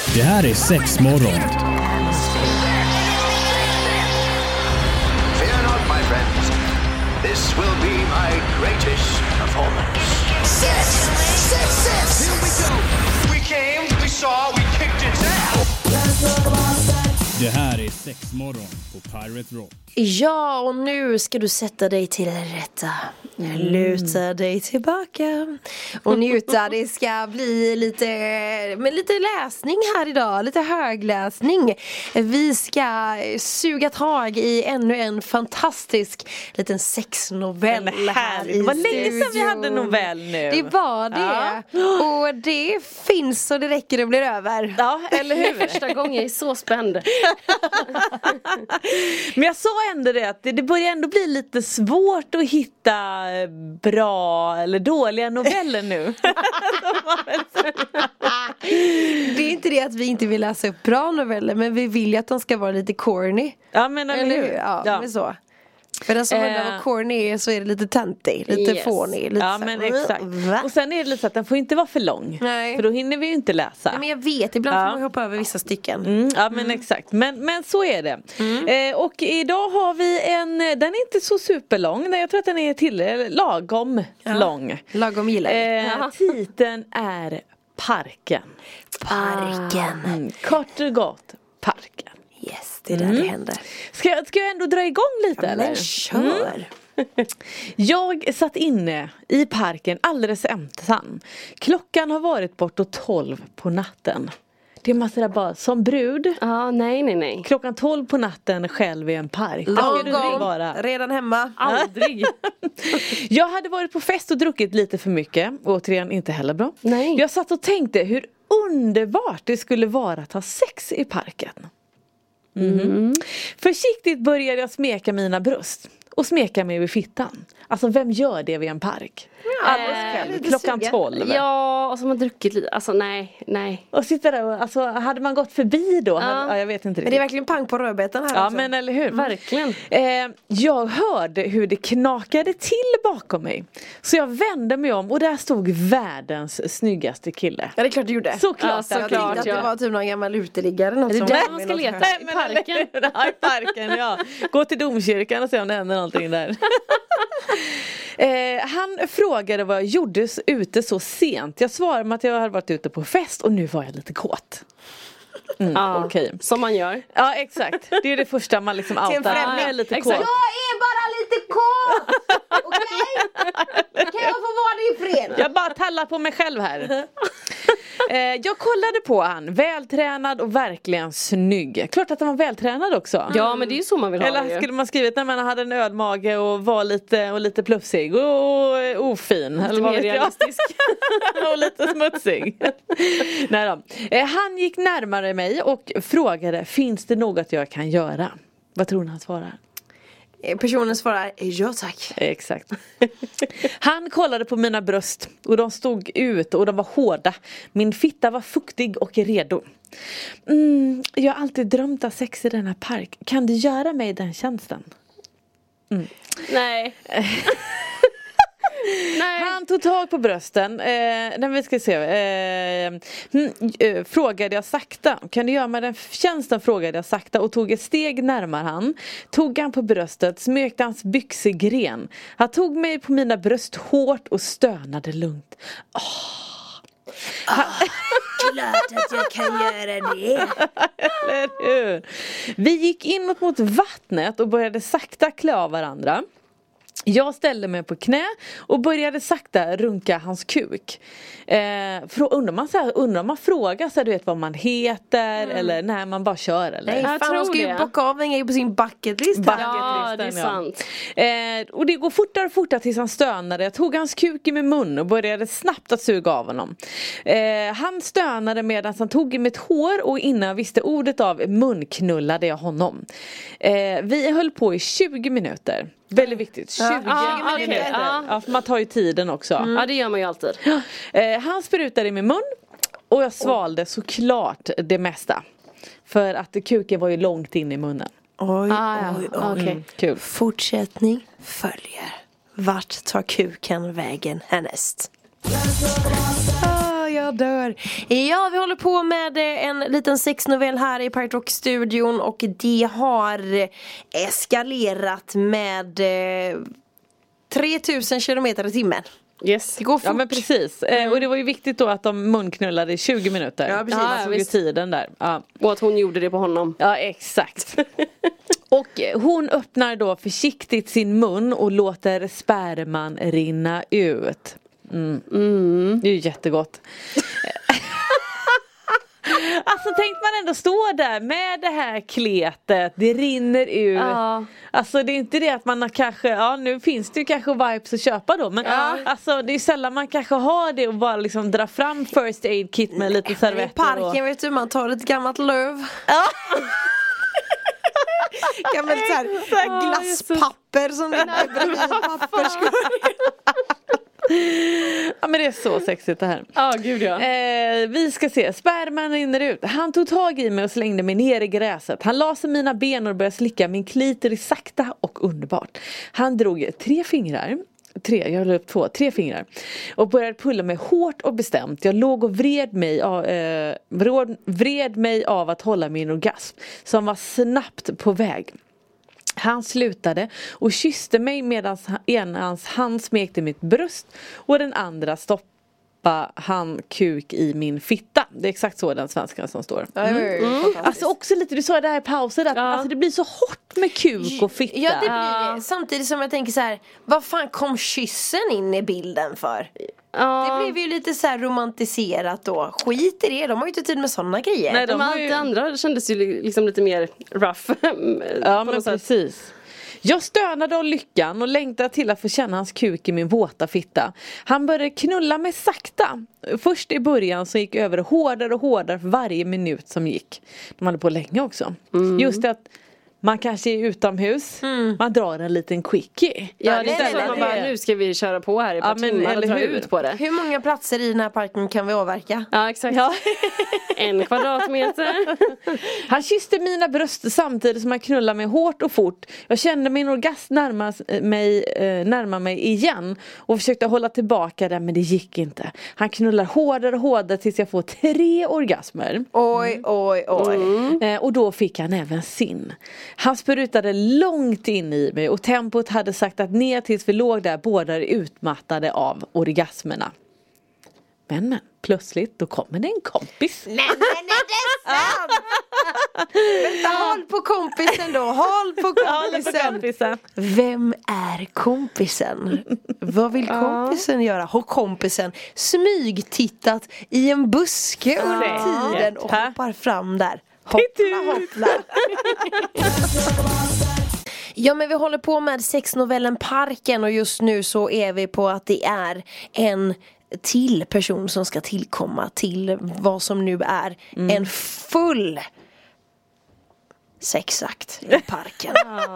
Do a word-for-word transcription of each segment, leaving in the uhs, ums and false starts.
Det här är sex morgon. Fear not, my friends. This will be my greatest performance. Six! Six, six! Here we go. We came, we saw, we kicked its ass. Det här är sex morgon på Pirate Rock. Ja, och nu ska du sätta dig till rätta. Mm. Luta dig tillbaka och njuta. Det ska bli lite, med lite läsning här idag. Lite högläsning. Vi ska suga tag i ännu en fantastisk liten sexnovell här i Vad länge sedan vi studion. hade novell nu. Det var det. Ja. Och det finns så det räcker och blir över. Ja, eller hur? Första gången jag är så spänd. Men jag sa ändå det att det, det börjar ändå bli lite svårt att hitta bra eller dåliga noveller nu. Det är inte det att vi inte vill läsa upp bra noveller, men vi vill ju att de ska vara lite corny. Ja, men eller, Eller hur? hur? Ja, Ja. men så. För den som undrar Eh. vad corny är så är det lite töntig, lite Yes. fånig, lite Ja, så men här, exakt. va? Och sen är det lite så att den får inte vara för lång. Nej. För då hinner vi ju inte läsa. Nej, men jag vet, ibland Ja. får man hoppa över vissa stycken. Mm, ja, men exakt. Men, men så är det. Eh, och idag har vi en, den är inte så superlång. Nej, jag tror att den är till lagom lång. Lagom gillar Eh, Jaha. titeln är Parken. Parken. Mm, kort och gott, Parken. Yes, det är där det händer. Ska jag, ska jag ändå dra igång lite eller? Men kör. Jag satt inne i parken alldeles ensam. Klockan har varit bortåt tolv på natten. Det är man sådär bara, som brud. Ja, nej, nej, nej. Klockan tolv på natten själv i en park. Där ska du Lagom, vara. redan hemma. Aldrig. Jag hade varit på fest och druckit lite för mycket. Återigen inte heller bra. Nej. Jag satt och tänkte hur underbart det skulle vara att ha sex i parken. Mm. Försiktigt började jag smeka mina bröst. Och smeka mig vid fittan. Alltså vem gör det vid en park? Alldeles själv, lite klockan sugen. tolv. Ja, och så har man druckit lite. Alltså nej, nej. Och sitta där och, alltså hade man gått förbi då? Hade, ja, jag vet inte Men det är riktigt. verkligen pang på rödbetan här Ja, också. men eller hur? Verkligen. Eh, jag hörde hur det knakade till bakom mig. Så jag vände mig om och där stod världens snyggaste kille. Ja, det är klart du gjorde. Såklart. Ja, att Jag det tänkte såklart, att det ja. var typ någon gammal uteliggare. Något Är det som där var man med ska något leta? här. I parken. Ja, i parken, ja. Gå till domkyrkan och se om det händer någonting där. Eh, han frågade vad jag gjorde ute så sent. Jag svarade med att jag hade varit ute på fest och nu var jag lite kåt. Mm, Ja, okej. som man gör. Ja, exakt. Det är det första man liksom Till en outar. främling. Jag är lite Exakt. kåt. Jag är bara lite kåt! Okej? Kan jag få vara det i fred? Jag bara tallar på mig själv här. eh, jag kollade på han. Vältränad och verkligen snygg. Klart att han var vältränad också. Ja, men det är ju så man vill ha det Eller ju. skulle man skrivit när man hade en ölmage och var lite, och lite plufsig och ofin. Eller vad mer vet jag. realistisk. Och lite smutsig. Nej då. Eh, han gick närmare mig och frågade, finns det något jag kan göra? Vad tror ni han svarar? Personen svarar, ja tack. Exakt. Han kollade på mina bröst och de stod ut och de var hårda. Min fitta var fuktig och redo. Mm, jag har alltid drömt av sex i denna park. Kan du göra mig den tjänsten? Mm. Nej. Nej. Han tog tag på brösten. Eh, när vi ska se. Eh, mm, eh, frågade jag sakta. Kan du göra mig den tjänsten? Frågade jag sakta och tog ett steg närmare han. Tog han på bröstet, smekte hans byxegren. Han tog mig på mina bröst hårt och stönade lugnt. Oh. Ah, klart att jag kan göra det. Eller hur? Vi gick inåt mot vattnet och började sakta klä av varandra. Jag ställde mig på knä och började sakta runka hans kuk. Eh, undrar man så här, undrar man frågar så här, du vet vad man heter mm. eller när man bara kör eller. Nej, Jag fan, hon tror ska ju det. bocka av en grej på sin bucketlist här. Ja, det är sant. Eh, och det går fortare och fortare tills han stönade. Jag tog hans kuk i min mun och började snabbt att suga av honom. Eh, han stönade medan han tog i mitt hår och innan jag visste ordet av munknullade jag honom. Eh, vi höll på i tjugo minuter. Väldigt viktigt. tjugo Ah, minuter. okej, ja. Ja, för man tar ju tiden också. Mm. Ja, det gör man ju alltid. Eh, han sprutade i min mun och jag svalde såklart det mesta. För att kuken var ju långt in i munnen. Oj, Ah, ja. oj, oj. Okej. Mm, kul. Fortsättning följer. Vart tar kuken vägen härnäst? Ah, ja, jag dör. Ja, vi håller på med en liten sexnovell här i Pirate Rock-studion. Och det har eskalerat med tre tusen kilometer i timmen. Yes. Det går fort. Ja men precis, mm. och det var ju viktigt då att de munknullade i tjugo minuter. Ja, precis. Man såg ju tiden där. Ja. Och att hon gjorde det på honom. Ja, exakt. Och hon öppnar då försiktigt sin mun och låter sperman rinna ut. Mm. Mm. Det är ju jättegott. Alltså tänkte man ändå stå där med det här kletet, det rinner ut. Ja. Alltså det är inte det att man har kanske, ja nu finns det ju kanske vibes att köpa då. Men ja. Alltså det är sällan man kanske har det och bara liksom dra fram first aid kit med lite servetter. I parken och... vet du, man tar ett gammalt löv. Ja. Gammalt så här glasspapper som ligger bredvid papperskorgen. Ja men det är så sexigt det här. Ja oh, gud ja. eh, Vi ska se, sperman rinner ut. Han tog tag i mig och slängde mig ner i gräset. Han la sig mina ben och började slicka min klitoris sakta och underbart. Han drog tre fingrar Tre, jag höll upp två, tre fingrar och började pulla mig hårt och bestämt. Jag låg och vred mig av, eh, vred, vred mig av att hålla min orgasm som var snabbt på väg. Han slutade och kysste mig medan ena hand smekte mitt bröst och den andra stoppade han kuk i min fitta. Det är exakt så den svenskan som står. Mm. Mm. Alltså också lite, du sa det här i pausen att ja. Alltså det blir så hårt med kuk och fitta. Ja det blir det. Samtidigt som jag tänker så här, vad fan kom kyssen in i bilden för? Ja. Det blev ju lite så här romantiserat då. Skit i det, de har ju inte tid med sådana grejer. Nej, de, de har ju... andra det kändes ju liksom lite mer rough. Ja men precis. Jag stönade av lyckan och längtade till att få känna hans kuk i min våta fitta. Han började knulla mig sakta. Först i början så gick över hårdare och hårdare för varje minut som gick. De hade på länge också. Mm. Just det att man kanske är utomhus. Mm. Man drar en liten quickie. Ja, det är så man bara, nu ska vi köra på här i par ja, timmar och dra ut på det. Hur många platser i den här parken kan vi avverka? Ja, exakt. Ja. En kvadratmeter. Han kysste mina bröst samtidigt som han knullade mig hårt och fort. Jag kände min orgasm närma mig, eh, närma mig igen och försökte hålla tillbaka det, men det gick inte. Han knullar hårdare och hårdare tills jag får tre orgasmer. Oj, oj, oj. Mm. Eh, och då fick han även sin. Han sprutade långt in i mig och tempot hade sagt att ner tills vi låg där båda utmattade av orgasmerna. Men, men plötsligt då kommer det en kompis. Nej, men är det sant? Vänta, håll på kompisen då. Håll på kompisen. Håll på kompisen. Vem är kompisen? Vad vill kompisen göra? Har kompisen smygtittat i en buske under tiden och hoppar fram där? Hoppla, hoppla. Ja, men vi håller på med sexnovellen Parken och just nu så är vi på att det är en till person som ska tillkomma till vad som nu är mm. en full sexakt i parken.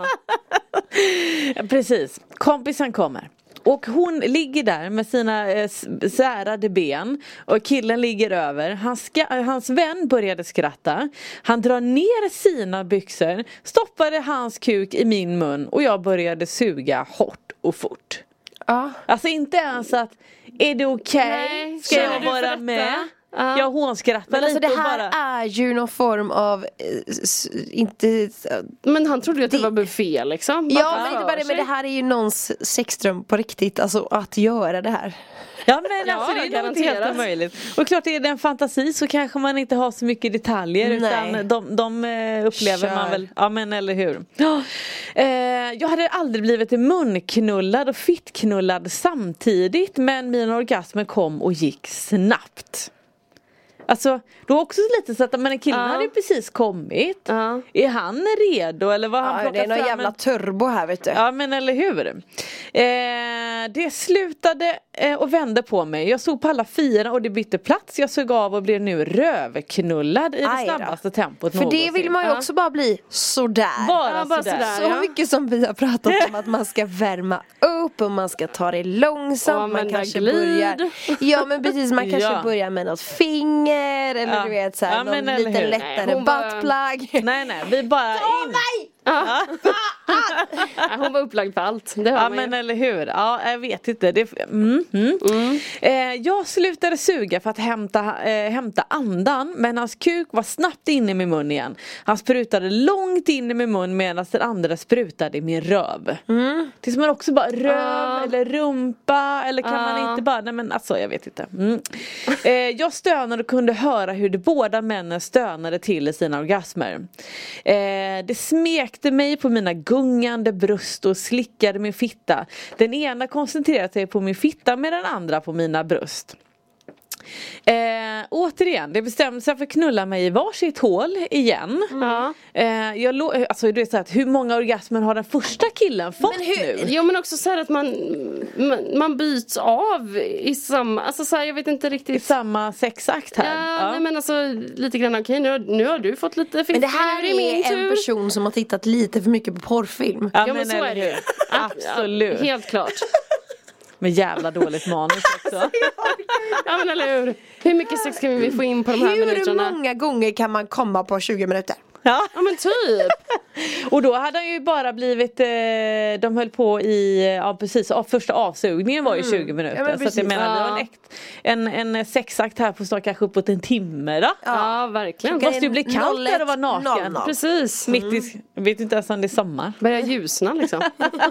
Ja, precis. Kompisen kommer. Och hon ligger där med sina eh, särade ben och killen ligger över. Hans, ska- hans vän började skratta. Han drar ner sina byxor, stoppade hans kuk i min mun och jag började suga hårt och fort. Ja. Alltså inte ens att, är det okej? Okay? Ska jag vara med? Uh. Jag hånskrattar lite. Alltså det här bara... är ju någon form av s- inte uh, men han trodde ju att det, det var buffé liksom. Ja, ja men inte bara det, men det här är ju någons sexdröm på riktigt, alltså att göra det här. Ja men ja, alltså det är nog helt omöjligt. Och klart är det en fantasi så kanske man inte har så mycket detaljer. Nej. Utan de, de upplever Kör. man väl. Ja men eller hur. Ja. Eh, jag hade aldrig blivit munknullad och fittknullad samtidigt, men mina orgasmer kom och gick snabbt. Alltså, då också lite så att men killen uh. hade ju precis kommit. Uh. Är han redo eller vad han ja, det är någon jävla en... turbo här vet du. Ja men eller hur. Eh, det slutade eh, och vände på mig. Jag såg på alla fyra och det bytte plats. Jag såg av och blev nu rövknullad i det Aj, snabbaste då. tempot. För någonsin. Det vill man ju uh. också bara bli sådär. Bara, ja, bara sådär. sådär. Så ja. mycket som vi har pratat om att man ska värma upp och man ska ta det långsamt. Man kanske glid. börjar. Ja men precis, man kanske ja. börjar med något finger. Eller ja. du vet såhär, ja, någon lite lättare buttplug. Nej nej, vi bara Ta in. mig! Ja. Hon var upplagd för allt. Det ja men ju. Eller hur. Ja, jag vet inte. Det, mm, mm. Mm. Eh, jag slutade suga för att hämta, eh, hämta andan. Men hans kuk var snabbt inne i min mun igen. Han sprutade långt in i min mun medan den andra sprutade i min röv. Mm. Det är som man också bara röv uh. eller rumpa. Eller kan uh. man inte bara, nej men alltså jag vet inte. Mm. Eh, jag stönade och kunde höra hur de båda männen stönade till i sina orgasmer. Eh, det smekte mig på mina gungande bröst och slickade min fitta. Den ena koncentrerade sig på min fitta med den andra på mina bröst. Eh, återigen, det bestämde sig för att knulla mig i varsitt hål igen. Mm. Eh, jag lo- alltså, du vet så här, hur många orgasmer har den första killen fått men hur, nu? Jo men också så här att man, man, man byts av i samma, alltså så här, jag vet inte riktigt. I samma sexakt här. Ja, ja. Nej, men alltså lite grann okej, nu, nu har du fått lite men det här är en person som har tittat lite för mycket på porrfilm. Ja, ja men, men så är det ju. Absolut. Ja, helt klart. Med jävla dåligt manus också. Ja men eller hur. Hur mycket sex kan vi få in på de här hur minuterna? Hur många gånger kan man komma på tjugo minuter? Ja, ja men typ. Och då hade han ju bara blivit eh, de höll på i ja precis av, första avsugningen var ju mm. tjugo minuter ja, så att jag menar ja. Det var en, äkt, en, en sexakt här på snart kanske uppåt en timme då. Ja, ja verkligen. Det måste ju bli kallt där och vara naken. noll noll Precis. Mitt i, jag vet inte ens om det är sommar. Börjar ljusna liksom.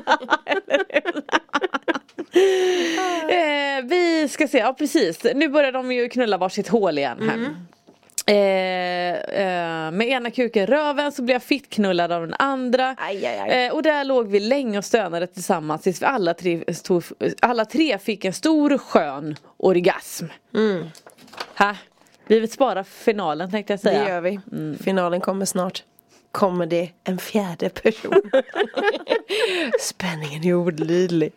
eh, vi ska se, ja precis. Nu börjar de ju knulla varsitt hål igen här. Mm. Eh, eh, med ena kuken röven så blev jag fittknullad av den andra. Aj, aj, aj. Eh, och där låg vi länge och stönade tillsammans tills vi alla tre, stod, alla tre fick en stor skön orgasm. Mm. Ha, vi vill spara finalen tänkte jag säga. Det gör vi. Mm. Finalen kommer snart. Kommer det en fjärde person? Spänningen är olidlig.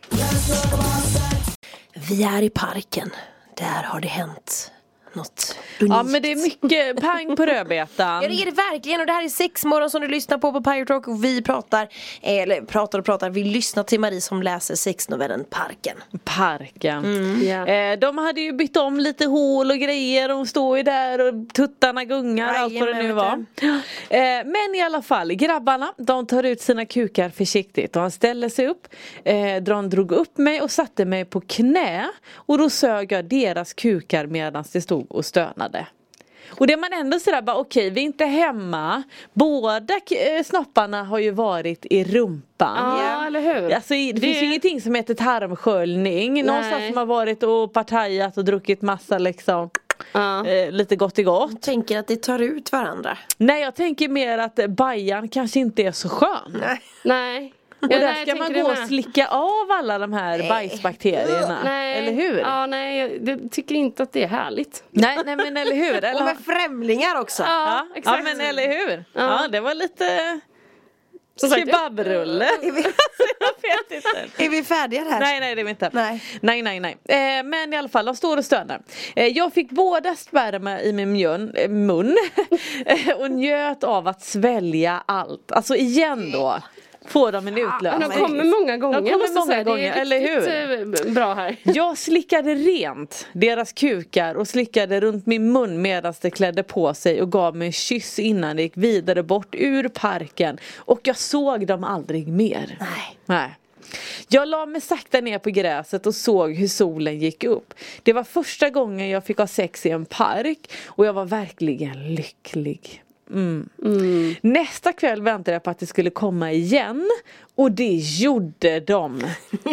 Vi är i parken. Där har det hänt något unikt. Ja men det är mycket pang på rödbetan. Ja det är det verkligen och det här är Sexmorgon som du lyssnar på på Pirate Rock och vi pratar, eller pratar och pratar, vi lyssnar till Marie som läser sexnovellen Parken. Parken. Mm. Yeah. Eh, de hade ju bytt om lite hål och grejer och de står ju där och tuttarna gungar Aj, allt vad det nu var. Eh, men i alla fall, grabbarna de tar ut sina kukar försiktigt och han ställer sig upp. Eh, de drog upp mig och satte mig på knä och då sög jag deras kukar medan det stod och stönade. Och det är man ändå sådär bara okej, okay, vi är inte hemma. Båda k- snopparna har ju varit i rumpan. Ja, yeah. Eller hur? Alltså, det, det finns ju ingenting som heter tarmsköljning. Nej. Någonstans som har varit och partajat och druckit massa liksom uh. eh, lite gott i gott. Jag tänker att det tar ut varandra. Nej, jag tänker mer att bajan kanske inte är så skön. Nej. Nej. Och ja, där ska man gå och slicka av alla de här nej. bajsbakterierna. Nej. Eller hur? Ja, nej, jag tycker inte att det är härligt. Nej, nej men eller hur? Eller... Och med främlingar också. Ja, ja, exakt. Ja, men eller hur? Ja, ja det var lite... Som sagt, kebabrulle. Är vi... jag vet inte. Är vi färdiga här? Nej, nej, det är vi inte. Nej, nej, nej. nej. Eh, men i alla fall, de står och stönar. Eh, jag fick båda sperma i min mjön, eh, mun och njöt av att svälja allt. Alltså igen då. Får de en utlösning. Ja, de kommer många gånger. De kommer många säga. gånger, eller hur? Bra här. Jag slickade rent deras kukar och slickade runt min mun medan det klädde på sig och gav mig en kyss innan det gick vidare bort ur parken. Och jag såg dem aldrig mer. Nej. Nej. Jag la mig sakta ner på gräset och såg hur solen gick upp. Det var första gången jag fick ha sex i en park och jag var verkligen lycklig. Mm. Mm. Nästa kväll väntade jag på att det skulle komma igen. Och det gjorde de.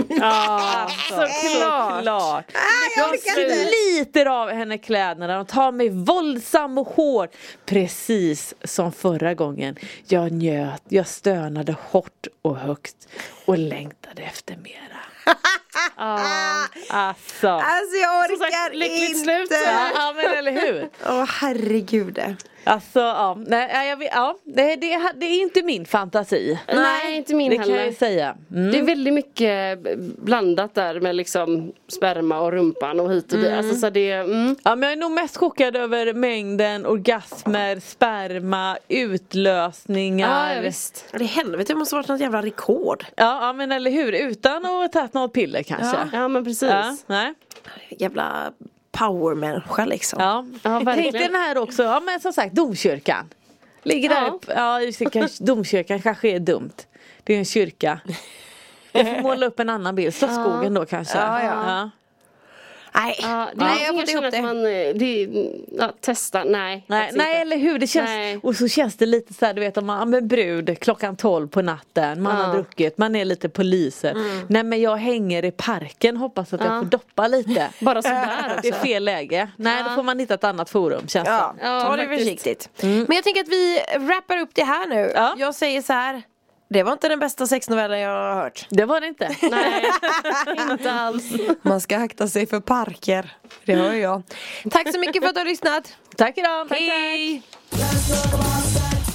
Ja, såklart, såklart. Ah, jag jag sliter av henne kläderna. De tar mig våldsam och hård. Precis som förra gången. Jag njöt, jag stönade hårt och högt. Och längtade efter mera. Ah. Alltså. Alltså jag orkar sagt, lyckligt inte. Slut, ja, men eller hur? Åh oh, herregud. Alltså ja, nej, jag vet, ja det, det, det är inte min fantasi. Nej, inte min det heller. Det kan jag säga. Mm. Det är väldigt mycket blandat där med liksom sperma och rumpan och hit och dit. Mm. Alltså, så det, mm. Ja, men jag är nog mest chockad över mängden orgasmer, sperma, utlösningar. Ja, visst. Det helvete, det måste varit något jävla rekord. Ja, ja men eller hur? Utan att ha tagit något piller kanske. Ja, ja men precis. Ja, nej. Jävla powermänniska liksom. Ja, ja jag tänkte den här också, ja men som sagt domkyrkan. Ligger där, Ja. ja, just det, kanske, domkyrkan kanske är dumt. Det är en kyrka. Jag får måla upp en annan bild, Slottsskogen då kanske. Ja, ja. Ja. Nej, Ja, det är nej jag får jag inte känner ihop att det. man eh, det, ja, testa, nej. Nej, faktiskt nej inte. eller hur, det känns, Nej. och så känns det lite så här, du vet om man, ja, men brud klockan tolv på natten, man Ja. har druckit, man är lite på lyset. Nej men jag hänger i parken, hoppas att jag Ja. får doppa lite. Bara sådär Det är också. fel läge. Nej, Ja. då får man hitta ett annat forum, känns Ja, det. Ja, ta det faktiskt. försiktigt. Men jag tänker att vi wrappar upp det här nu. Ja. Jag säger så här. Det var inte den bästa sexnovellen jag har hört. Det var det inte. Nej, inte alls. Man ska akta sig för parker. Det hör jag. Tack så mycket för att du har lyssnat. Tack idag. Hej! Let's go,